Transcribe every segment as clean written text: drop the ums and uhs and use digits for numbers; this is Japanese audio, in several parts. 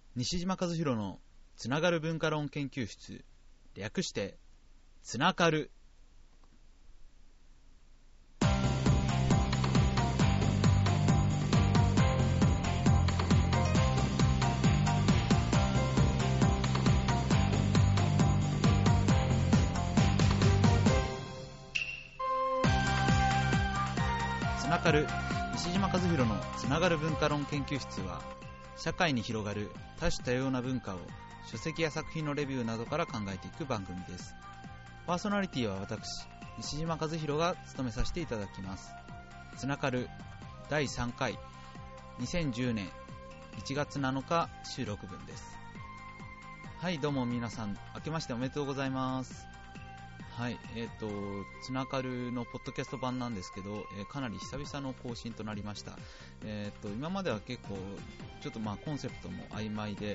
西島和弘のつながる文化論研究室、略してつなかる。つなかる西島和弘のつながる文化論研究室は、社会に広がる多種多様な文化を書籍や作品のレビューなどから考えていく番組です。パーソナリティは私、西島和弘が務めさせていただきます。つなかる第3回、2010年1月7日収録分です。はい、どうも皆さん、明けましておめでとうございます。はい、つなかるのポッドキャスト版なんですけど、かなり久々の更新となりました。今までは結構ちょっとコンセプトも曖昧で、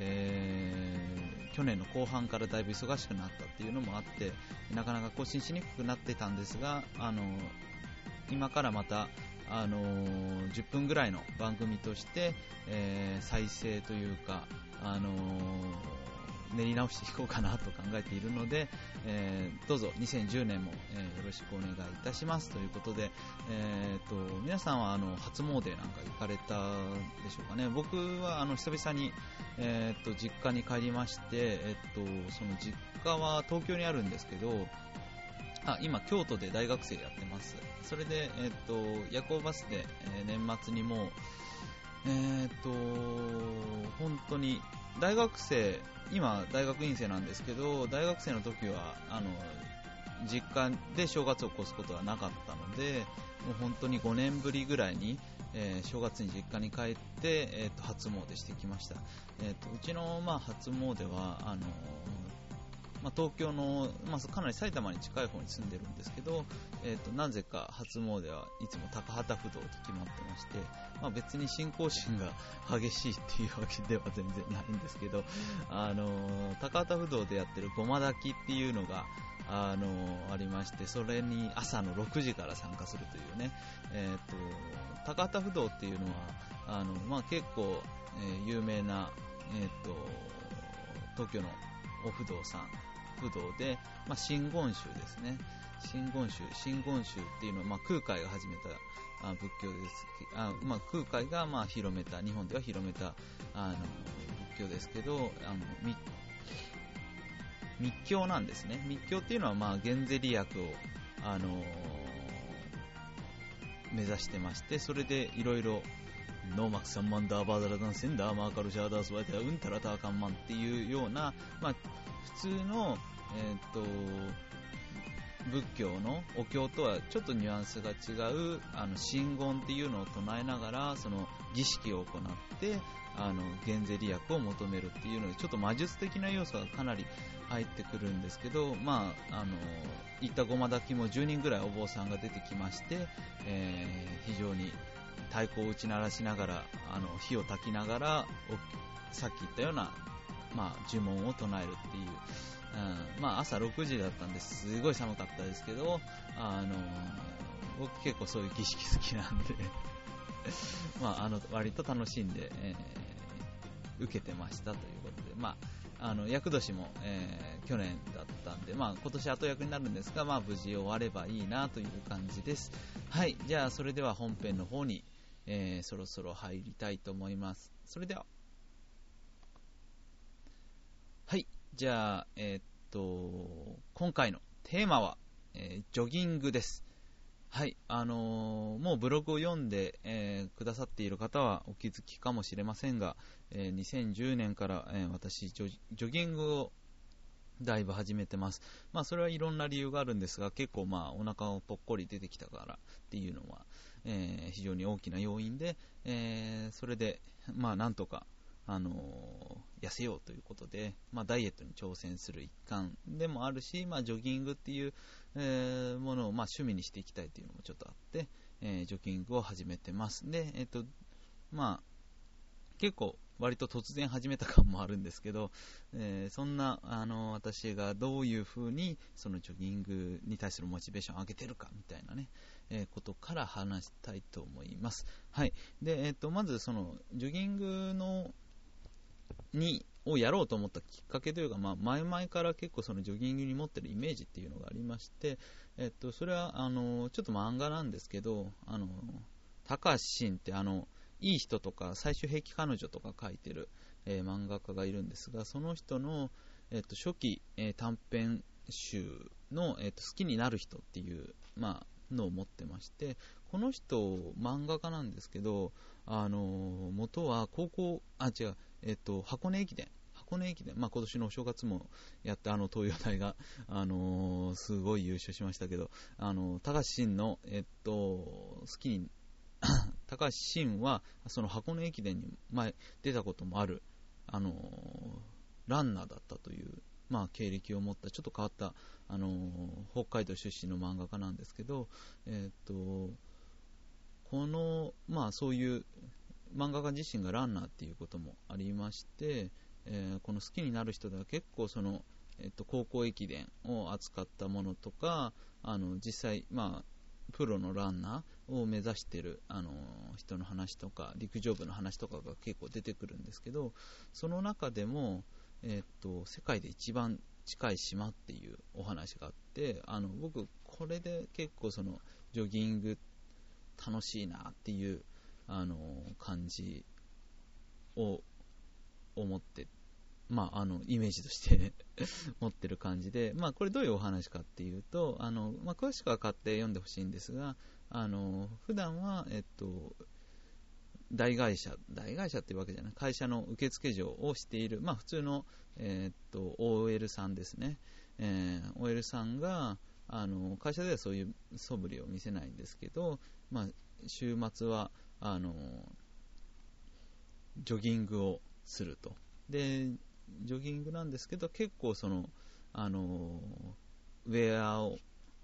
去年の後半からだいぶ忙しくなったっていうのもあってなかなか更新しにくくなってたんですが、今からまた10分ぐらいの番組として、再生というか、練り直していこうかなと考えているので、どうぞ2010年も、よろしくお願いいたしますということで、皆さんは初詣なんか行かれたでしょうかね。僕は久々に、実家に帰りまして、その実家は東京にあるんですけど、今京都で大学生やってます。それで、夜行バスで、年末にも本当に大学生、今大学院生なんですけど、大学生の時は実家で正月を越すことはなかったので、もう本当に5年ぶりぐらいに、正月に実家に帰って、初詣してきました。うちの、初詣は東京の、かなり埼玉に近い方に住んでるんですけど、なぜか初詣はいつも高幡不動と決まってまして、別に信仰心が激しいっていうわけでは全然ないんですけど、高幡不動でやってるごま炊きっていうのがありまして、それに朝の6時から参加するというね、高幡不動っていうのは結構、有名な、東京のお不動産不動で、真言宗ですね。真言宗っていうのは、空海が始めた仏教です。空海が広めた、日本では広めた仏教ですけど、密教なんですね。密教っていうのは減税利益を目指してまして、それでいろいろノーマクサンマンダーバーダラダンセンダーマーカルシャーダースワイターウンタラターカンマンっていうような、普通の、仏教のお経とはちょっとニュアンスが違う真言っていうのを唱えながら、その儀式を行って減税利益を求めるっていうので、ちょっと魔術的な要素がかなり入ってくるんですけど、いったごま炊きも10人ぐらいお坊さんが出てきまして、非常に太鼓を打ち鳴らしながら火を焚きながらさっき言ったような、呪文を唱えるっていう、朝6時だったんですごい寒かったですけど、僕結構そういう儀式好きなんで割と楽しんで、受けてましたということで、厄年も、去年だったんで、今年後役になるんですが、無事終わればいいなという感じです。はい、じゃあそれでは本編の方に、そろそろ入りたいと思います。それでは、はい、じゃあ、今回のテーマは、ジョギングです。はい、もうブログを読んで、くださっている方はお気づきかもしれませんが、2010年から、私ジョギングをだいぶ始めてます。それはいろんな理由があるんですが、結構お腹をぽっこり出てきたからっていうのは、非常に大きな要因で、それでなんとか痩せようということで、ダイエットに挑戦する一環でもあるし、ジョギングっていう、ものを趣味にしていきたいというのもちょっとあって、ジョギングを始めてます。で、結構割と突然始めた感もあるんですけど、そんな私がどういうふうにそのジョギングに対するモチベーションを上げてるかみたいなね、ことから話したいと思います。はい。で、まずそのジョギングのをやろうと思ったきっかけというか、前々から結構そのジョギングに持ってるイメージっていうのがありまして、それはちょっと漫画なんですけど、高橋真っていい人とか最終兵器彼女とか書いてる、漫画家がいるんですが、その人の、初期、短編集の、好きになる人っていう、のを持ってまして、この人漫画家なんですけど、元は箱根駅伝、今年のお正月もやって東洋大が、すごい優勝しましたけど、高橋真の、好きに高橋真はその箱根駅伝に前出たこともある、ランナーだったという、経歴を持ったちょっと変わった、北海道出身の漫画家なんですけど、この、そういう漫画家自身がランナーっていうこともありまして、この好きになる人では結構その、高校駅伝を扱ったものとか、実際、プロのランナーを目指している人の話とか陸上部の話とかが結構出てくるんですけど、その中でも、世界で一番近い島っていうお話があって、僕これで結構そのジョギング楽しいなっていう感じを思って、イメージとして持ってる感じで、これどういうお話かっていうと、詳しくは買って読んでほしいんですが、普段は、大会社っていうわけじゃない、会社の受付嬢をしている、普通の、OL さんですね、OL さんが会社ではそういう素振りを見せないんですけど、週末はジョギングをすると。でジョギングなんですけど、結構そのウェアを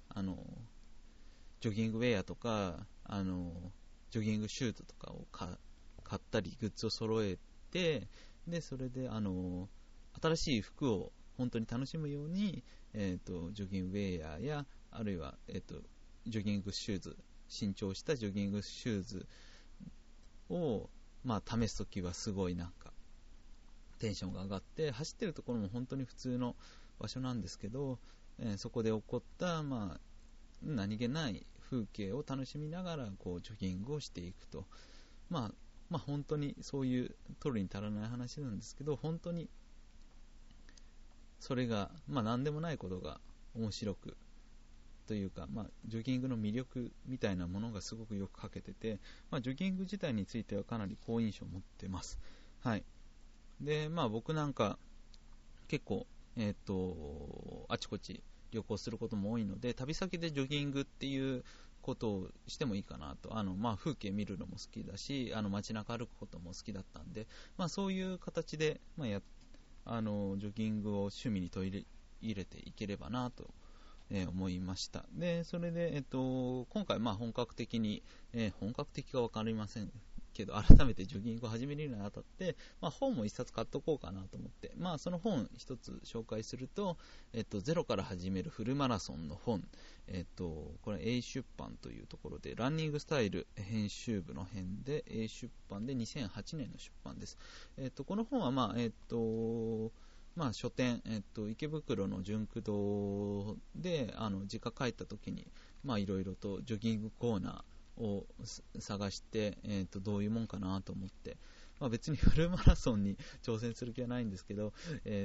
ジョギングウェアとかジョギングシューズとかを買ったりグッズを揃えて、でそれで新しい服を本当に楽しむように、ジョギングウェアやあるいは、ジョギングシューズ、新調したジョギングシューズを、試すときはすごいなんかテンションが上がって、走ってるところも本当に普通の場所なんですけど、そこで起こった、何気ない風景を楽しみながらこうジョギングをしていくと、本当にそういう取るに足らない話なんですけど、本当にそれが、何でもないことが面白くというか、ジョギングの魅力みたいなものがすごくよく書けてて、ジョギング自体についてはかなり好印象を持ってます。はい。で、僕なんか結構、あちこち旅行することも多いので、旅先でジョギングっていうことをしてもいいかなと。風景見るのも好きだし、街中歩くことも好きだったんで、そういう形で、ジョギングを趣味に取り入れていければなと、思いました。でそれで、今回本格的に、本格的か分かりませんけど、改めてジョギングを始めるにあたって、本も一冊買っとこうかなと思って、その本一つ紹介すると、ゼロから始めるフルマラソンの本、これ A 出版というところで、ランニングスタイル編集部の編で A 出版で2008年の出版です。この本は書店、池袋の純駆堂で実家帰った時にいろいろとジョギングコーナーを探して、どういうもんかなと思って、別にフルマラソンに挑戦する気はないんですけど、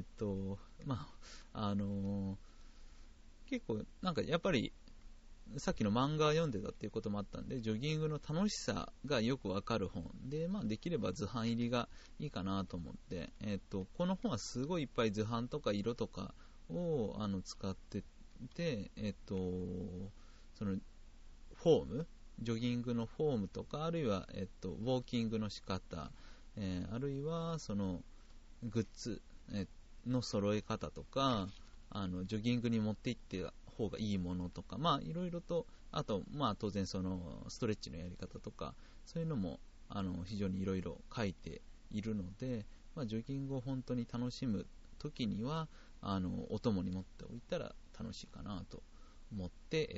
結構なんかやっぱりさっきの漫画を読んでたっていうこともあったんで、ジョギングの楽しさがよくわかる本で、できれば図版入りがいいかなと思って、この本はすごいいっぱい図版とか色とかを使ってて、そのフォーム、ジョギングのフォームとか、あるいは、ウォーキングの仕方、あるいはそのグッズ、の揃え方とか、ジョギングに持って行って方がいいものとか、いろいろと、あと、当然そのストレッチのやり方とか、そういうのも非常にいろいろ書いているので、ジョギングを本当に楽しむ時にはお供に持っておいたら楽しいかなと思って、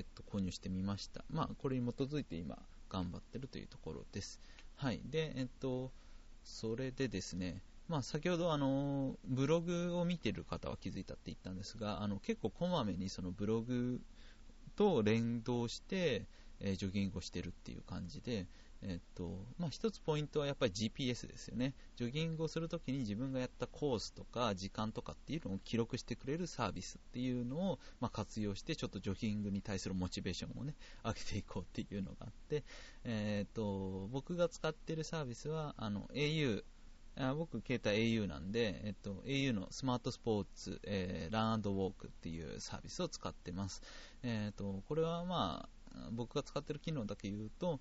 購入してみました。これに基づいて今頑張ってるというところです。はい。で、それでですね、 先ほどブログを見ている方は気づいたって言ったんですが、結構こまめにそのブログと連動して、ジョギングをしているっていう感じで、一つポイントはやっぱり GPS ですよね。ジョギングをするときに自分がやったコースとか時間とかっていうのを記録してくれるサービスっていうのを、活用してちょっとジョギングに対するモチベーションをね上げていこうっていうのがあって、僕が使っているサービスはau、僕携帯 au なんで、au のスマートスポーツ、ラン&ウォークっていうサービスを使ってます。これは僕が使っている機能だけ言うと、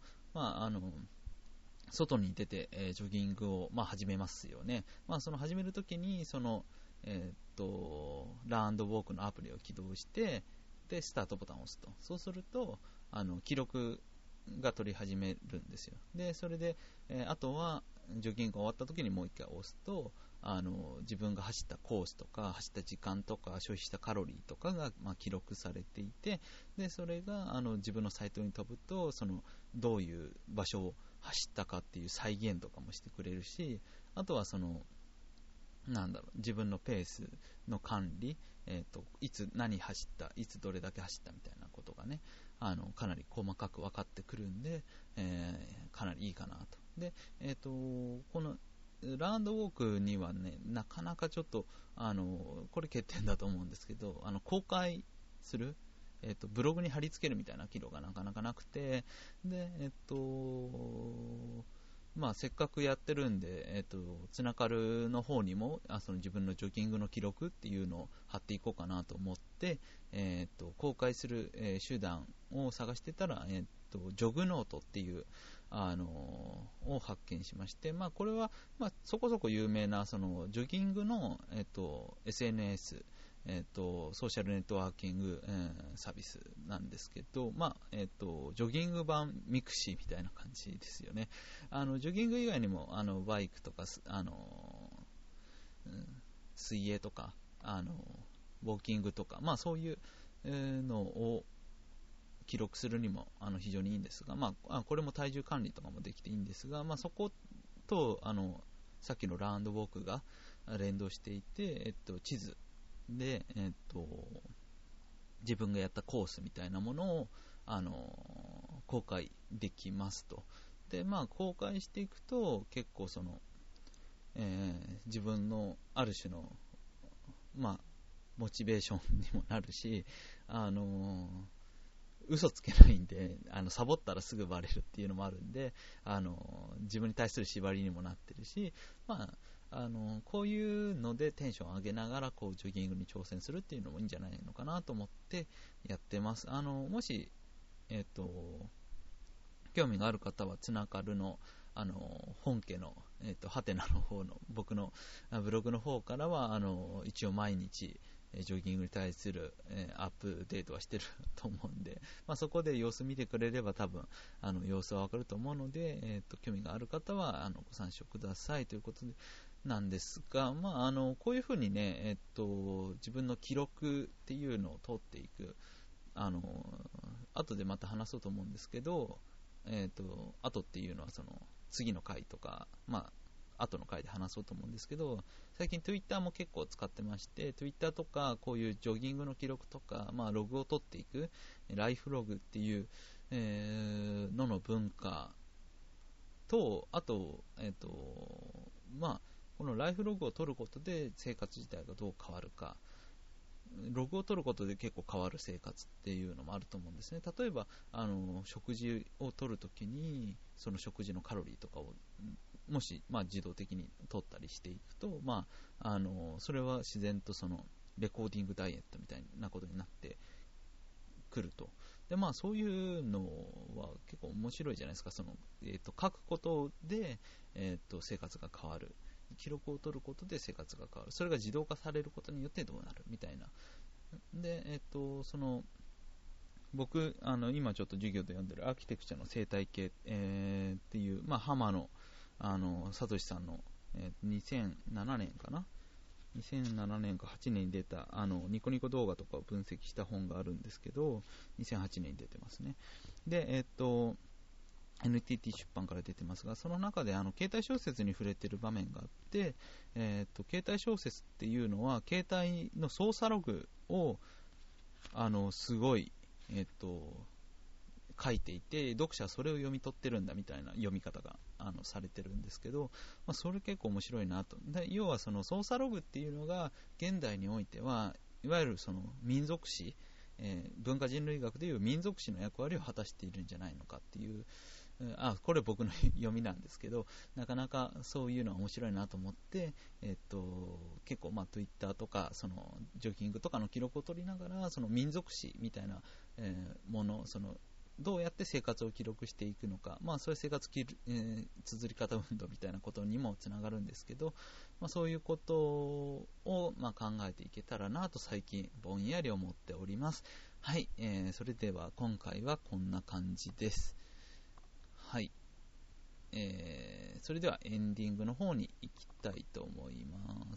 外に出て、ジョギングを、始めますよね。その始めるときにその、ラン&ウォークのアプリを起動してでスタートボタンを押すと、そうすると記録が取り始めるんですよ。でそれで、あとはジョギングが終わった時にもう一回押すと自分が走ったコースとか走った時間とか消費したカロリーとかが、記録されていて、でそれが自分のサイトに飛ぶとどういう場所を走ったかっていう再現とかもしてくれるし、あとは自分のペースの管理、いつ何走った、いつどれだけ走ったみたいなことがねかなり細かく分かってくるんで、かなりいいかなと。で、このランドウォークにはねなかなかちょっとこれ欠点だと思うんですけど、公開する、ブログに貼り付けるみたいな機能がなかなかなくて、でせっかくやってるんで、ツナカルの方にも自分のジョギングの記録っていうのを貼っていこうかなと思って、公開する、手段を探してたら、ジョグノートっていうを発見しまして、これは、そこそこ有名なジョギングの、SNS、ソーシャルネットワーキング、サービスなんですけど、ジョギング版ミクシーみたいな感じですよね。ジョギング以外にもバイクとか水泳とかウォーキングとか、そういうのを記録するにも非常にいいんですが、これも体重管理とかもできていいんですが、そことさっきのランドウォークが連動していて、地図で、自分がやったコースみたいなものを公開できますと。で、公開していくと結構自分のある種のモチベーションにもなるし、嘘つけないんでサボったらすぐバレるっていうのもあるんで、自分に対する縛りにもなってるし、こういうのでテンションを上げながらジョギングに挑戦するっていうのもいいんじゃないのかなと思ってやってます。もし、興味がある方はツナカルの本家のハテナの方の僕のブログの方からは一応毎日ジョギングに対するアップデートはしてると思うんで、そこで様子見てくれれば多分様子はわかると思うので、興味がある方はご参照くださいということでなんですが、こういうふうにね、自分の記録っていうのを取っていく、後でまた話そうと思うんですけど、後っていうのは次の回とか、後の回で話そうと思うんですけど、最近 Twitter も結構使ってまして、Twitter とかこういうジョギングの記録とか、ログを取っていくライフログっていう、のの文化と、あと、このライフログを取ることで生活自体がどう変わるか、ログを取ることで結構変わる生活っていうのもあると思うんですね。例えば食事を取るときにその食事のカロリーとかをもし、自動的に取ったりしていくと、それは自然とレコーディングダイエットみたいなことになってくると。で、そういうのは結構面白いじゃないですか。書くことで、生活が変わる、記録を取ることで生活が変わる、それが自動化されることによってどうなるみたいな。で、僕今ちょっと授業で読んでるアーキテクチャの生態系、っていう、浜野聡さんの、2007年かな、2007年か8年に出たニコニコ動画とかを分析した本があるんですけど、2008年に出てますね。で、 NTT 出版から出てますが、その中で携帯小説に触れている場面があって、携帯小説っていうのは携帯の操作ログをすごい、書いていて、読者はそれを読み取ってるんだみたいな読み方がされてるんですけど、それ結構面白いなと。で、要はその操作ログっていうのが現代においてはいわゆるその民族史、文化人類学でいう民族史の役割を果たしているんじゃないのかっていう、これ僕の読みなんですけど、なかなかそういうのは面白いなと思って、結構Twitter とかそのジョギングとかの記録を取りながら、その民族史みたいな、もの、そのどうやって生活を記録していくのか、そういう生活綴り方運動みたいなことにもつながるんですけど、そういうことを考えていけたらなと最近ぼんやり思っております。はい、それでは今回はこんな感じです。はい、それではエンディングの方に行きたいと思います。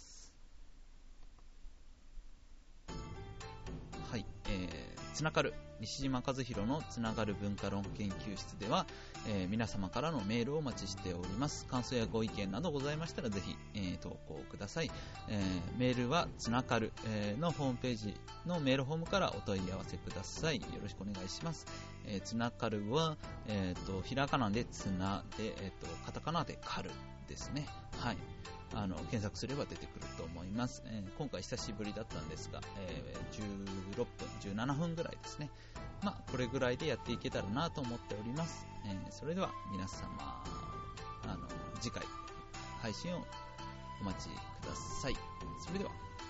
はい、つながる西島和弘のつながる文化論研究室では、皆様からのメールをお待ちしております。感想やご意見などございましたらぜひ、投稿ください。メールはつながる、のホームページのメールフォームからお問い合わせください。よろしくお願いします。つながるは、ひらがなでつなで、カタカナでかるですね。はい、検索すれば出てくると思います。今回久しぶりだったんですが、16分、17分ぐらいですね。これぐらいでやっていけたらなと思っております。それでは皆様、次回配信をお待ちください。それでは。